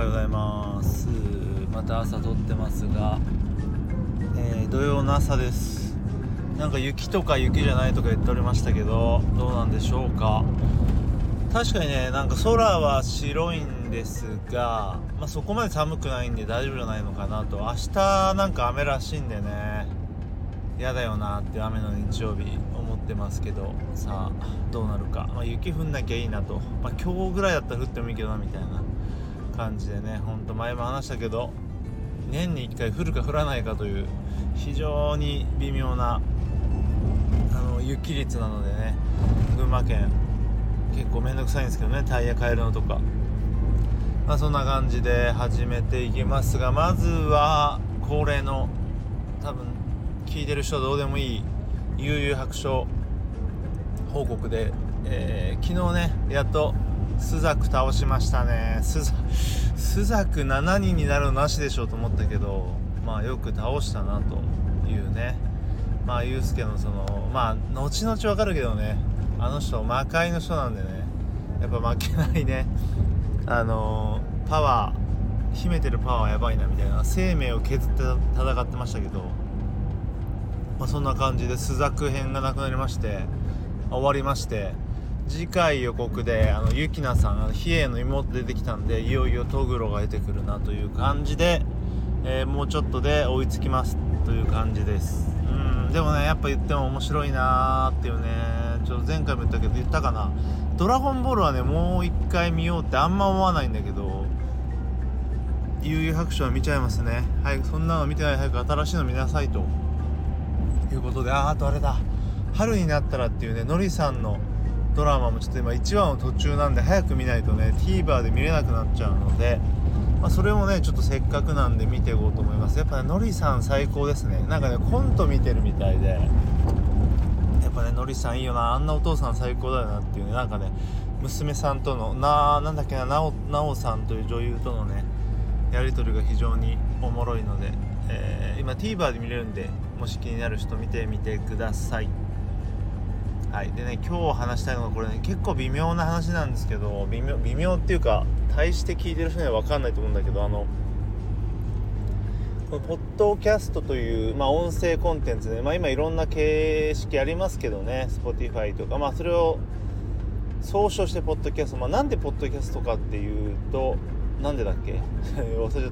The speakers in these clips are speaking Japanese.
ようございます。また朝撮ってますが、土曜の朝です。なんか雪とか雪じゃないとか言っておりましたけど、どうなんでしょうか。確かにね、なんか空は白いんですが、そこまで寒くないんで大丈夫じゃないのかなと。明日なんか雨らしいんでね、やだよなって雨の日曜日思ってますけど、さあどうなるか。雪降んなきゃいいなと、今日ぐらいだったら降ってもいいけどなみたいな感じでね、ほんと前も話したけど、年に1回降るか降らないかという非常に微妙な雪率なのでね、群馬県結構めんどくさいんですけどね、タイヤ変えるのとか。そんな感じで始めていきますが、まずは恒例の、多分聞いてる人はどうでもいい悠々白書報告で、昨日ねやっとスザク倒しましたね。スザク7人になるのなしでしょうと思ったけど、よく倒したなというね。ユースケのその後々わかるけどね、あの人魔界の人なんでね、やっぱ負けないね。パワー秘めてるパワーやばいなみたいな、生命を削って戦ってましたけど、そんな感じでスザク編がなくなりまして、終わりまして、次回予告でユキナさん、比叡の妹出てきたんで、いよいよトグロが出てくるなという感じで、もうちょっとで追いつきますという感じです。でもね、やっぱ言っても面白いなーっていうね。ちょっと前回も言ったかな、ドラゴンボールはねもう一回見ようってあんま思わないんだけど、悠々白書は見ちゃいますね。はい、そんなの見てない、早く新しいの見なさいということで、あとあれだ、春になったらっていうね、のりさんのドラマもちょっと今1話の途中なんで、早く見ないとね TVer で見れなくなっちゃうので、それもねちょっとせっかくなんで見ていこうと思います。やっぱね、のりさん最高ですね。なんかねコント見てるみたいで、やっぱねのりさんいいよな、あんなお父さん最高だよなっていうね。なんかね、娘さんとのなんだっけな、なおさんという女優とのねやり取りが非常におもろいので、今 TVer で見れるんで、もし気になる人見てみてください。はい、でね、今日話したいのがこれね、結構微妙な話なんですけど、微妙っていうか大して聞いてる人には分かんないと思うんだけど、このポッドキャストという、音声コンテンツで、今いろんな形式ありますけどね、 Spotify とか、それを総称してポッドキャスト。なんでポッドキャストかっていうと、なんでだっけ忘れちゃった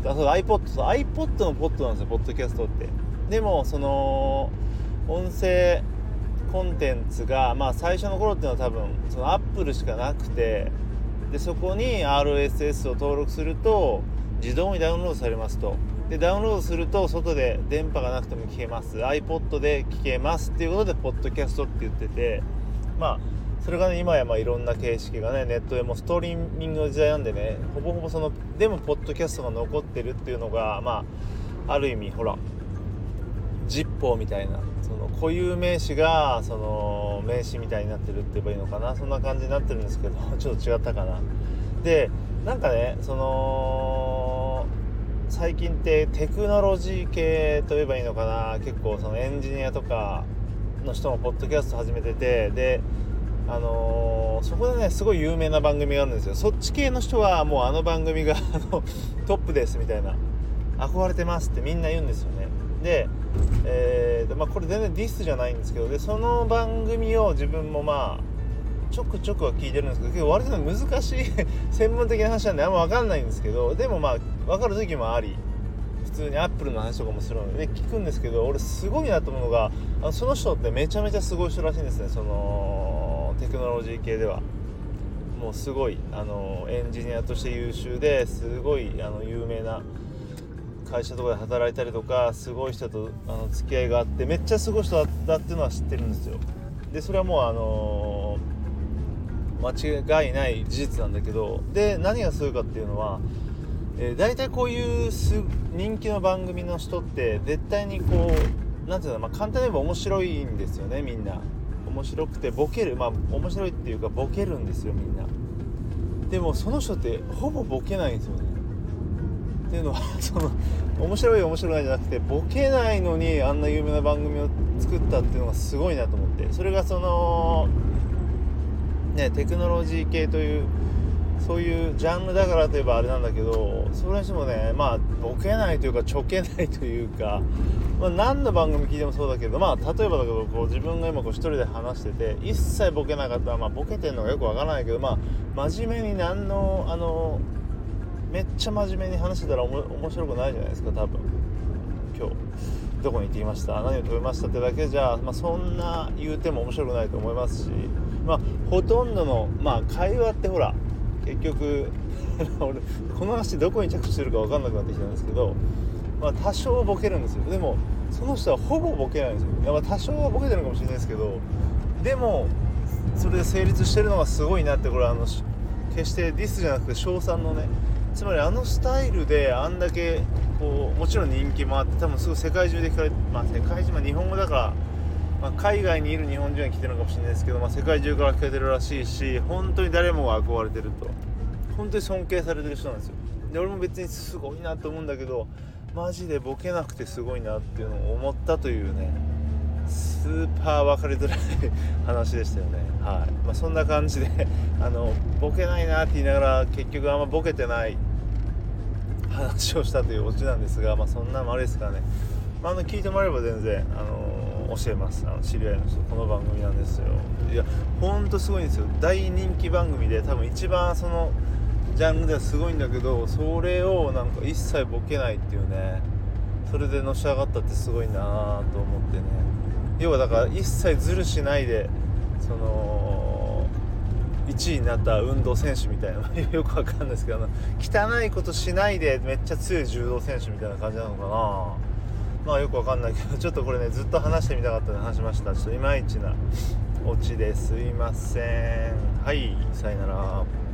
。iPod のポッドなんですよ、ポッドキャストって。でもその音声コンテンツが、最初の頃っていうのは多分その Apple しかなくて、でそこに RSS を登録すると自動にダウンロードされますと。でダウンロードすると外で電波がなくても聞けます、 iPod で聞けますっていうことでポッドキャストって言ってて、それがね今やいろんな形式がね、ネットでもストリーミングの時代なんでね、ほぼそのでもポッドキャストが残ってるっていうのが、ある意味ほらジッポーみたいな、その固有名詞がその名詞みたいになってるって言えばいいのかな、そんな感じになってるんですけどちょっと違ったかな。でなんかね、その最近ってテクノロジー系と言えばいいのかな、結構そのエンジニアとかの人もポッドキャスト始めてて、でそこでねすごい有名な番組があるんですよ。そっち系の人はもうあの番組がトップですみたいな、憧れてますってみんな言うんですよね。で、これ全然ディスじゃないんですけど、でその番組を自分もちょくちょくは聞いてるんですけど、結構割と難しい専門的な話なんであんま分かんないんですけど、でも分かる時もあり、普通にアップルの話とかもするのでね聞くんですけど、俺すごいなと思うのが、その人ってめちゃめちゃすごい人らしいんですね。そのテクノロジー系ではもうすごいエンジニアとして優秀で、すごい有名な会社とかで働いたりとか、すごい人と付き合いがあって、めっちゃすごい人だっていうのは知ってるんですよ。でそれはもう間違いない事実なんだけど、で何がすごいかっていうのは、大体こういう人気の番組の人って絶対にこうなんていうの、簡単に言えば面白いんですよね。みんな面白くてボケる、面白いっていうかボケるんですよみんな。でもその人ってほぼボケないんですよね。っていうのはその面白いじゃなくて、ボケないのにあんな有名な番組を作ったっていうのがすごいなと思って、それがそのねテクノロジー系というそういうジャンルだからといえばあれなんだけど、それにしてもね、まあボケないというかちょけないというか、まあ、何の番組聞いてもそうだけど、まあ例えばだけどこう自分が今こう一人で話してて一切ボケなかったら、まあボケてんのがよくわからないけど、まあ真面目にめっちゃ真面目に話してたら面白くないじゃないですか。多分今日どこに行ってきました、何を食べましたってだけじゃ、まあ、そんな言うても面白くないと思いますし、まあほとんどの、まあ、会話ってほら結局俺この話どこに着地するか分かんなくなってきたんですけど、まあ、多少ボケるんですよ。でもその人はほぼボケないんですよ。まあ、多少はボケてるかもしれないですけど、でもそれで成立してるのがすごいなって、これは決してディスじゃなくて称賛のね、つまりスタイルであんだけこうもちろん人気もあって、多分すぐ世界中で聞かれて、まあ世界中、日本語だから、まあ、海外にいる日本人は来てるのかもしれないですけど、まあ、世界中から聞かれてるらしいし、本当に誰もが憧れてると、本当に尊敬されてる人なんですよ。で俺も別にすごいなと思うんだけど、マジでボケなくてすごいなっていうのを思ったというね、スーパー分かりづらい話でしたよね。はい、まあ、そんな感じでボケないなって言いながら結局あんまボケてない話をしたというオチなんですが、まあ、そんなのもあれですからね、まあ、聞いてもらえれば全然教えます。知り合いの人、この番組なんですよ。いやほんとすごいんですよ。大人気番組で多分一番そのジャンルではすごいんだけど、それをなんか一切ボケないっていうね、それでのし上がったってすごいなと思ってね。要はだから一切ズルしないでその1位になった運動選手みたいなよくわかんないですけど、汚いことしないでめっちゃ強い柔道選手みたいな感じなのかな。まあよくわかんないけど、ちょっとこれねずっと話してみたかったので話しました。ちょっといまいちなオチですいません。はい、さよなら。